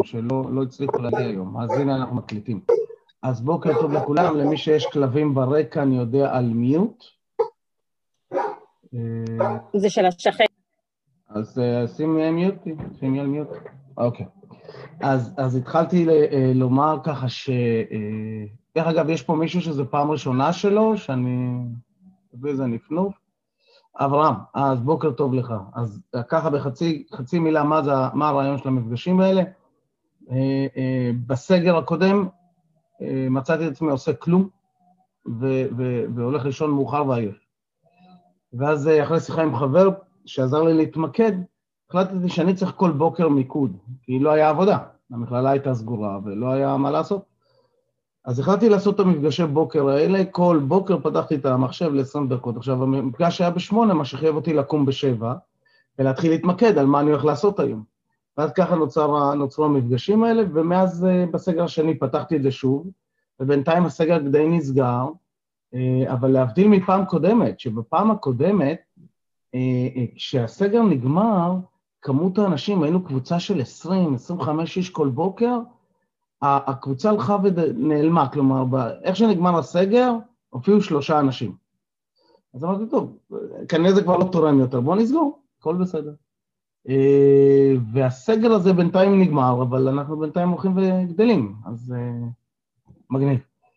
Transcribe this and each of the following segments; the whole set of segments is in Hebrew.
שלא הצליחו להגיע היום, אז הנה אנחנו מקליטים. אז בוקר טוב לכולם, למי שיש כלבים ברקע אני יודע על מיוט. זה של השכן. אז שימי על מיוט. אוקיי. אז התחלתי לומר ככה דרך אגב, יש פה מישהו שזה פעם ראשונה שלו, שאני אביא איזה נפנוף. אברהם, אז בוקר טוב לך. אז ככה בחצי מילה, מה הרעיון של המפגשים האלה? בסגר הקודם מצאתי את עצמי עושה כלום, והולך לישון מאוחר ועייף. ואז אחרי שיחה עם חבר שעזר לי להתמקד, החלטתי שאני צריך כל בוקר מיקוד, כי לא היה עבודה, המכללה הייתה סגורה ולא היה מה לעשות. אז החלטתי לעשות את המפגשי בוקר האלה, כל בוקר פתחתי את המחשב ל-20 דקות. עכשיו, המפגש היה ב8, מה שחייב אותי לקום ב7, ולהתחיל להתמקד על מה אני הולך לעשות היום. ואז ככה נוצרו המפגשים האלה, ומאז בסגר השני פתחתי את זה שוב, ובינתיים הסגר די נסגר, אבל להבדיל מפעם קודמת, שבפעם הקודמת, כשהסגר נגמר, כמות האנשים, היינו קבוצה של 20-25 איש כל בוקר, הקבוצה הלכה ונעלמה, כלומר, איך שנגמר הסגר, הופיעו 3 אנשים. אז אמרתי, טוב, כנראה זה כבר לא תורם יותר, בואו נסגור, הכל בסדר. והסגר הזה בינתיים נגמר, אבל אנחנו בינתיים הולכים וגדלים, אז מגניב.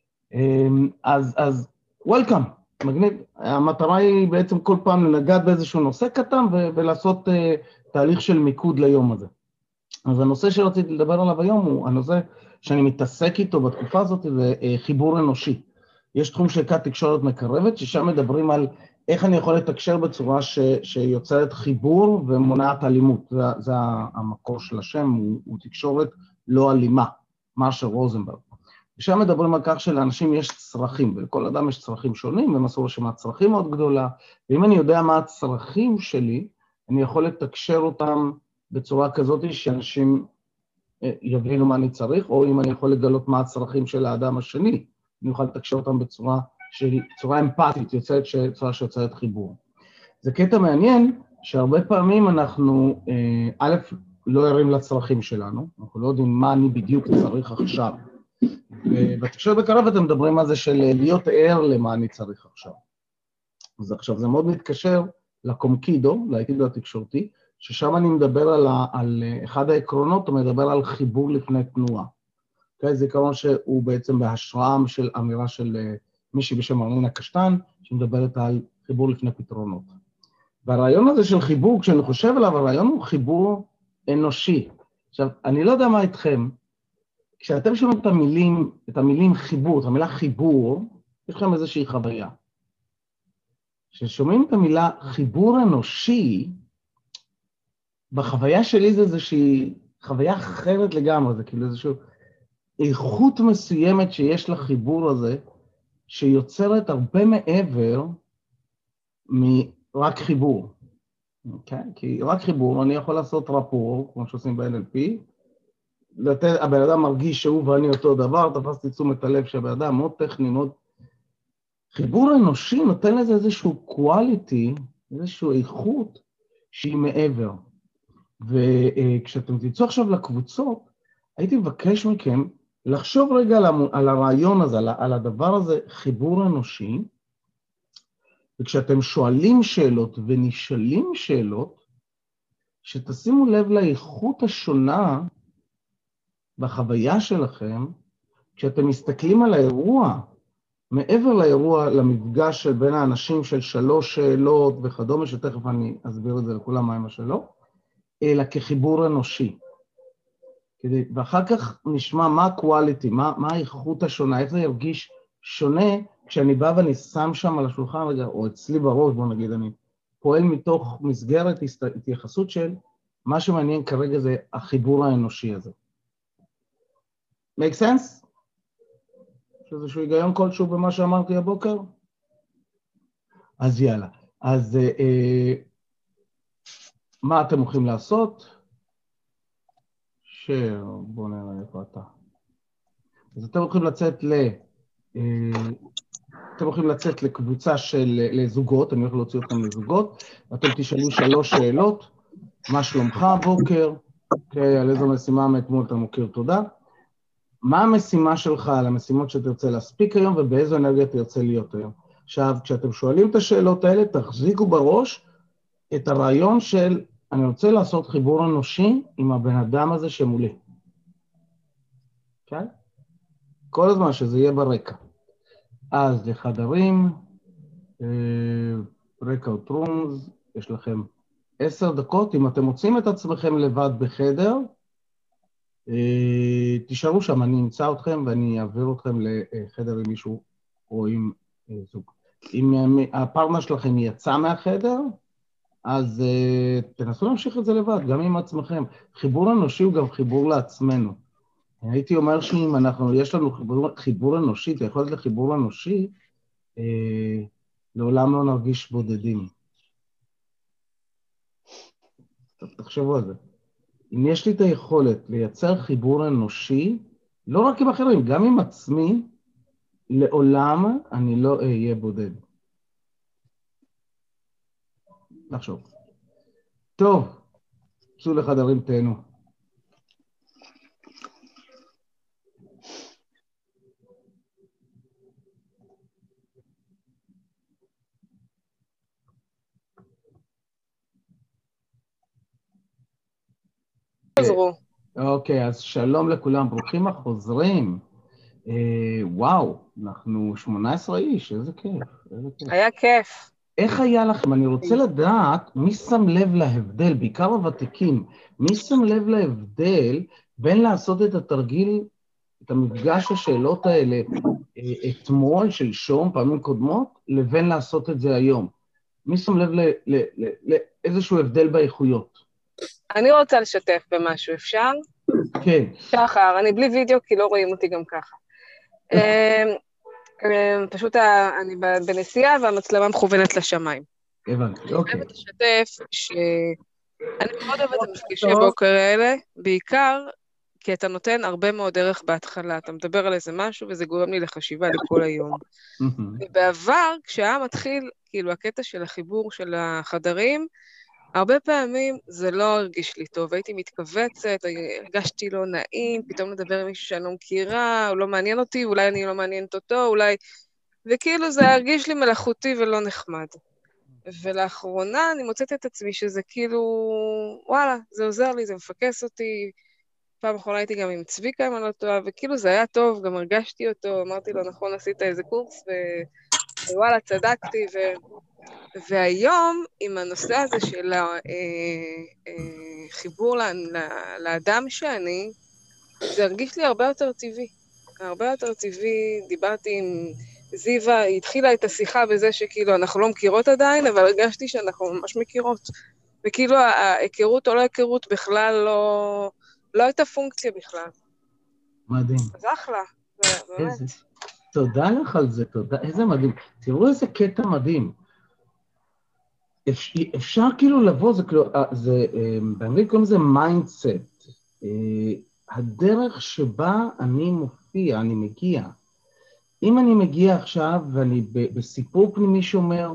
אז וולקאם, מגניב. המטרה היא בעצם כל פעם לנגעת באיזשהו נושא קטן ולעשות תהליך של מיקוד ליום הזה. אז הנושא שרציתי לדבר עליו היום הוא הנושא שאני מתעסק איתו בתקופה הזאת, זה חיבור אנושי. יש תחום שנקרא תקשורת מקרבת, ששם מדברים על איך אני יכול לתקשר בצורה שיוצרת חיבור ומונעת אלימות. זה המקור של השם, הוא תקשורת לא אלימה, מרשל רוזנברג. ושם מדברים על כך שלאנשים יש צרכים, ולכל אדם יש צרכים שונים, ומסור רשימת צרכים מאוד גדולה, ואם אני יודע מה הצרכים שלי, אני יכול לתקשר אותם בצורה כזאת שאנשים יבינו מה אני צריך, או אם אני יכול לגלות מה הצרכים של האדם השני, אני אוכל לתקשר אותם בצורה אמפתית, צורה שיוצרת חיבור. זה קטע מעניין, שהרבה פעמים אנחנו, א', לא ערים לצרכים שלנו, אנחנו לא יודעים מה אני בדיוק צריך עכשיו, ובתקשורת מקרבת הם מדברים על זה של להיות ער למה אני צריך עכשיו. אז עכשיו זה מאוד מתקשר לקומקידו, לאיקידו התקשורתי, ששם אני מדבר על אחד העקרונות, הוא מדבר על חיבור לפני תנועה. זה עיקרון שהוא בעצם בהשראה של אמירה של מישהי בשם ארנינה קשטן, שמדברת על חיבור לפני פתרונות. והרעיון הזה של חיבור, כשאני חושב עליו, הרעיון הוא חיבור אנושי. עכשיו, אני לא יודע מה איתכם, כשאתם שומעים את המילים חיבור, את המילה חיבור, יש לכם איזושהי חוויה. כששומעים את המילה חיבור אנושי, בחוויה שלי זה איזושהי חוויה אחרת לגמרי, זה כאילו איזושהי איכות מסוימת שיש לחיבור הזה, שיוצרת הרבה מעבר מרק חיבור. Okay? כי רק חיבור, אני יכול לעשות רפור, כמו שעושים ב-NLP, הבן אדם מרגיש שהוא ואני אותו דבר, תפסתי תשומת הלב שהבן אדם מאוד טכני, מאוד... חיבור אנושי נותן לזה איזשהו quality, איזשהו איכות שהיא מעבר. וכשאתם תצאו עכשיו לקבוצות, הייתי מבקש מכם לחשוב רגע על הרעיון הזה, על הדבר הזה, חיבור אנושי, וכשאתם שואלים שאלות ונשאלים שאלות, שתשימו לב לאיכות השונה בחוויה שלכם, כשאתם מסתכלים על האירוע, מעבר לאירוע, למפגש של בין האנשים של 3 שאלות וכדומה, שתכף אני אסביר את זה לכולם מה עם השאלות, אלא כחיבור אנושי. ואחר כך נשמע מה ה-quality, מה האיכות השונה, איך זה ירגיש שונה, כשאני בא ואני שם שם על השולחן רגע, או אצלי בראש, בוא נגיד, אני פועל מתוך מסגרת התייחסות של, מה שמעניין כרגע זה החיבור האנושי הזה. make sense? יש איזשהו היגיון כלשהו במה שאמרתי הבוקר? אז יאללה. אז מה אתם הולכים לעשות? בואו נראה איפה אתה. אז אתם הולכים לצאת לקבוצה של לזוגות, אני הולך להוציא אותם לזוגות, ואתם תשאלו 3 שאלות, מה שלומך הבוקר, אוקיי, על איזו משימה מאתמול אתה מוכיר, תודה. מה המשימה שלך על המשימות שתרצה להספיק היום, ובאיזו אנרגיה תרצה להיות היום? עכשיו, כשאתם שואלים את השאלות האלה, תחזיקו בראש את הרעיון של, אני רוצה לעשות חיבור אנושי עם הבן אדם הזה שמולי. כן? כל הזמן שזה יהיה ברקע. אז לחדרים, breakout rooms, יש לכם 10 דקות, אם אתם מוצאים את עצמכם לבד בחדר, תישארו שם, אני אמצא אתכם ואני אעביר אתכם לחדר עם מישהו או עם זוג. אם הפרטנר שלכם יצא מהחדר, אז תנסו להמשיך את זה לבד, גם עם עצמכם. חיבור אנושי הוא גם חיבור לעצמנו. הייתי אומר שאם יש לנו חיבור אנושי, את היכולת לחיבור אנושי, לעולם לא נרגיש בודדים. תחשבו על זה. אם יש לי את היכולת לייצר חיבור אנושי, לא רק עם אחרים, גם עם עצמי, לעולם אני לא אהיה בודד. לחשוב. טוב, צאו לחדרים, תהנו. אוקיי, אז שלום לכולם, ברוכים החוזרים. וואו, אנחנו 18 איש, איזה כיף, איזה כיף. היה כיף. איך היה לכם? אני רוצה לדעת מי שם לב להבדל, בעיקר הוותיקים, מי שם לב להבדל בין לעשות את התרגיל, את המפגש השאלות האלה אתמול, שלשום, פעמים קודמות, לבין לעשות את זה היום. מי שם לב לאיזשהו הבדל באיכויות? אני רוצה לשתף במשהו, אפשר? כן. שחר, אני בלי וידאו כי לא רואים אותי גם ככה. פשוט אני בנסיעה והמצלמה מכוונת לשמיים. הבנתי, אוקיי. אני חייבת לשתף שאני מאוד אוהבת את מפגשי הבוקר האלה, בעיקר כי אתה נותן הרבה מאוד ערך בהתחלה, אתה מדבר על איזה משהו וזה גורם לי לחשיבה לכל היום. ובעבר, כשהיה מתחיל, כאילו, הקטע של החיבור של החדרים, הרבה פעמים זה לא הרגיש לי טוב, הייתי מתכווצת, הרגשתי לא נעים, פתאום לדבר עם מישהו שאני לא מכירה, הוא לא מעניין אותי, אולי אני לא מעניינת אותו, אולי... וכאילו זה הרגיש לי מלאכותי ולא נחמד. ולאחרונה אני מוצאת את עצמי שזה כאילו, וואלה, זה עוזר לי, זה מפקס אותי. פעם אחרונה הייתי גם עם צביקה, אם אני לא טועה, וכאילו זה היה טוב, גם הרגשתי אותו, אמרתי לו, נכון, עשית איזה קורס, ווואלה, צדקתי, והיום, עם הנושא הזה של חיבור לאדם שאני, זה הרגיש לי הרבה יותר טבעי. הרבה יותר טבעי, דיברתי עם זיווה, היא התחילה את השיחה בזה שכאילו אנחנו לא מכירות עדיין, אבל הרגשתי שאנחנו ממש מכירות. וכאילו ההיכרות או לא היכרות בכלל לא הייתה פונקציה בכלל. מדהים. אז אחלה, באמת. תודה לך על זה, תודה, איזה מדהים. תראו איזה קטע מדהים. אפשר כאילו לבוא, זה באנגלית קוראים לזה מיינדסט. הדרך שבה אני מופיע, אני מגיע. אם אני מגיע עכשיו ואני בסיפור פנימי שאומר,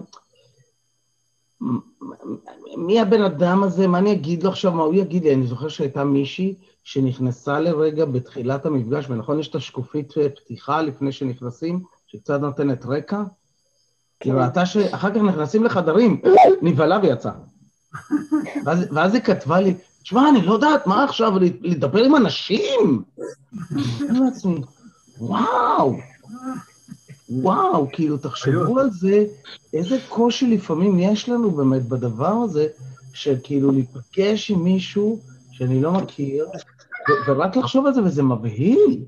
מי הבן אדם הזה, מה אני אגיד לו עכשיו, מה הוא יגיד לי? אני זוכר שהייתה מישהי שנכנסה לרגע בתחילת המפגש, ונכון יש את השקופית פתיחה לפני שנכנסים, שקצת נותנת רקע, היא ראתה שאחר כך נכנסים לחדרים, נבהלה ויצאה. ואז היא כתבה לי, תשמע, אני לא יודעת מה עכשיו, לדבר עם אנשים. אני לעצמי, וואו, כאילו תחשבו על זה, איזה קושי לפעמים יש לנו באמת בדבר הזה, שכאילו להיפגש עם מישהו שאני לא מכיר, ורק לחשוב על זה, וזה מבהיל.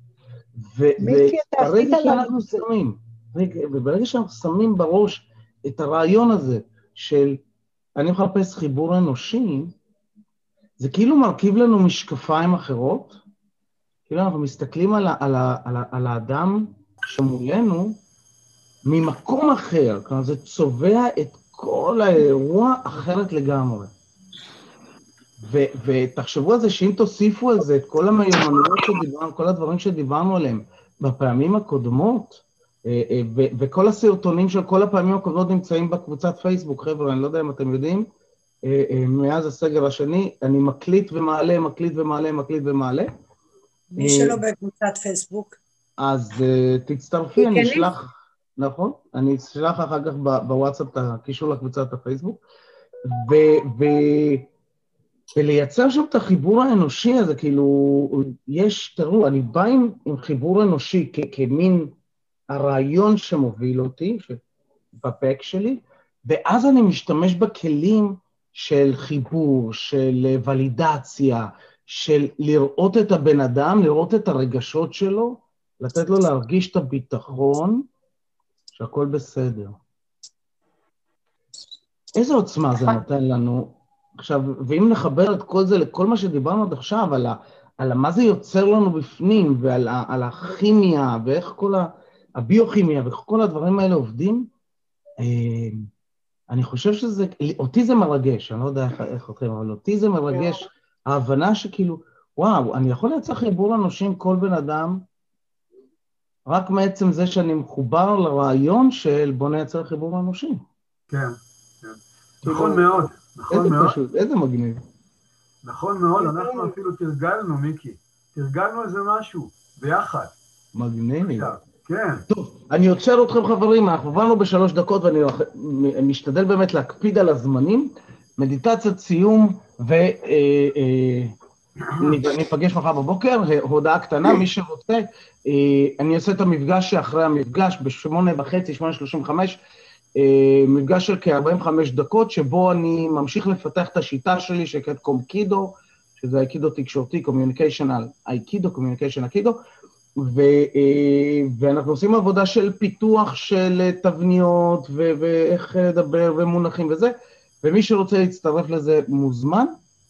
וברגע שאנחנו שמים בראש את הרעיון הזה של אני מחפש חיבור אנושי, זה כאילו מרכיב לנו משקפיים אחרות, כאילו אנחנו מסתכלים על האדם שמולנו ממקום אחר, כלומר זה צובע את כל האירוע אחרת לגמרי. ותחשבו על זה שאם תוסיפו על זה את כל המיומנויות שדיברנו, כל הדברים שדיברנו עליהם בפעמים הקודמות, וכל הסרטונים של כל הפעמים הקודמות נמצאים בקבוצת פייסבוק, חבר'ה, אני לא יודע אם אתם יודעים, מאז הסגר השני, אני מקליט ומעלה, מקליט ומעלה, מקליט ומעלה. מי שלא בקבוצת פייסבוק. אז תצטרפי, אני אשלח, נכון? אני אשלח אחר כך בוואטסאפ את הקישור לקבוצת הפייסבוק, ולייצר שם את החיבור האנושי הזה, כאילו, תראו, אני בא עם חיבור אנושי כמין הרעיון שמוביל אותי, בפק שלי, ואז אני משתמש בכלים של חיבור, של ולידציה, של לראות את הבן אדם, לראות את הרגשות שלו, לתת לו להרגיש את הביטחון, שהכל בסדר. איזו עוצמה זה נותן לנו? עכשיו, ואם נחבר את כל זה לכל מה שדיברנו עד עכשיו, על מה זה יוצר לנו בפנים, ועל הכימיה, ואיך כל הביוכימיה, ואיך כל הדברים האלה עובדים, אני חושב שזה, אותי זה מרגש, אני לא יודע איך אתכם, אבל אותי זה מרגש, ההבנה שכאילו, וואו, אני יכול לייצר חיבור לאנשים, כל בן אדם, רק מעצם זה שאני מחובר לרעיון של בוא נייצר חיבור לאנשים. כן, כן. נכון מאוד, נכון מאוד. איזה פשוט, איזה מגניב. נכון מאוד, אנחנו אפילו תרגלנו, מיקי. תרגלנו איזה משהו, ביחד. מגניב. כן. טוב, אני עוצר אתכם חברים, אנחנו עברנו ב3 דקות ואני משתדל באמת להקפיד על הזמנים, מדיטציית סיום ניפגש מחר בבוקר, הודעה קטנה, מי שרוצה, אני אעשה את המפגש שאחרי המפגש ב8:30, 8:35, מפגש של כ-45 דקות, שבו אני ממשיך לפתח את השיטה שלי, שקראת קומקידו, שזה האיקידו תקשורתי, קומיוניקיישנל, האיקידו, קומיוניקיישן אקידו, ואנחנו עושים עבודה של פיתוח של תבניות, ואיך לדבר ומונחים וזה, ומי שרוצה להצטרף לזה מוזמן,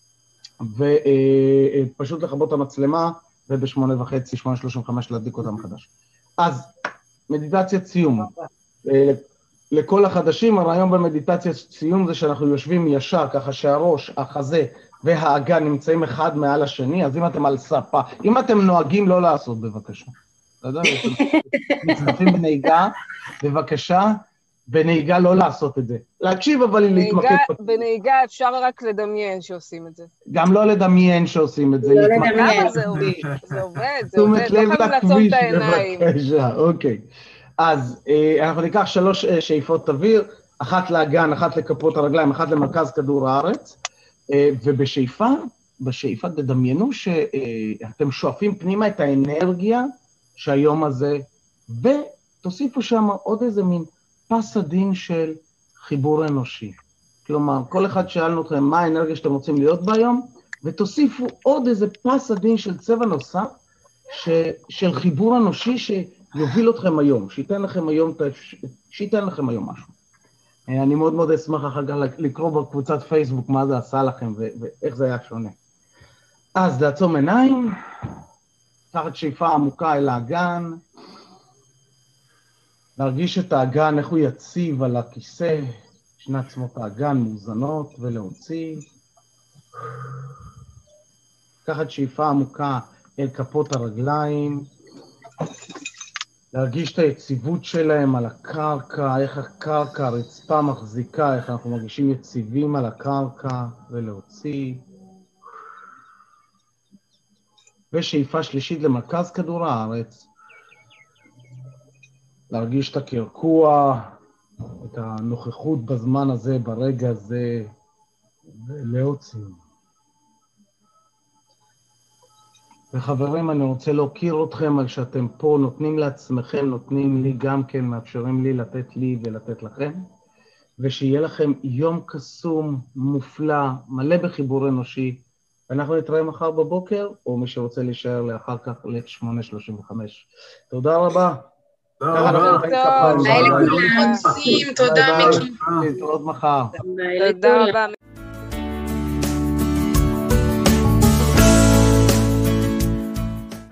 ופשוט לכבות את המצלמה, וב8:30, 8:35 להדליק אותה מחדש. אז, מדיטציית סיום. לכל החדשים, הרעיון במדיטציית סיום זה שאנחנו יושבים ישר, ככה שהראש, החזה והאגן נמצאים אחד מעל השני, אז אם אתם על ספה, אם אתם נוהגים לא לעשות, בבקשה. אתה יודע, מצטרפים בנהיגה, בבקשה, בנהיגה לא לעשות את זה. להקשיב, אבל להתמקד. בנהיגה אפשר רק לדמיין שעושים את זה. גם לא לדמיין שעושים את זה. לא לדמיין. זה עובד, תשומת לב לא חייבים לעצום את העיניים. בבקשה, אוקיי. אז אנחנו ניקח 3 שאיפות אוויר, אחת לאגן, אחת לכפות הרגליים, אחת למרכז כדור הארץ, בשאיפה תדמיינו שאתם שואפים פנימה את האנרגיה שהיום הזה, ותוסיפו שם עוד איזה מין פס עדין של חיבור אנושי. כלומר, כל אחד שאלנו אתכם מה האנרגיה שאתם רוצים להיות בה היום, ותוסיפו עוד איזה פס עדין של צבע נוסף, של חיבור אנושי שיוביל אתכם היום, שייתן לכם היום משהו. אני מאוד מאוד אשמח אחר כך לקרוא בקבוצת פייסבוק מה זה עשה לכם ואיך זה היה שונה. אז לעצום עיניים, תחת שאיפה עמוקה אל האגן, להרגיש את האגן, איך הוא יציב על הכיסא, שני עצמות האגן מאוזנות ולהוציא. תחת שאיפה עמוקה אל כפות הרגליים, להרגיש את היציבות שלהם על הקרקע, איך הקרקע, הרצפה מחזיקה, איך אנחנו מרגישים יציבים על הקרקע, ולהוציא. ושאיפה שלישית למרכז כדור הארץ, להרגיש את הקרקוע, את הנוכחות בזמן הזה, ברגע הזה, ולהוציא. וחברים, אני רוצה להוקיר אתכם על שאתם פה, נותנים לעצמכם, נותנים לי גם כן, מאפשרים לי לתת לי ולתת לכם, ושיהיה לכם יום קסום, מופלא, מלא בחיבור אנושי, ואנחנו נתראה מחר בבוקר, או מי שרוצה להישאר לאחר כך ל8:35. תודה רבה. ביי לכולם. תודה מיקי. להתראות מחר. תודה רבה.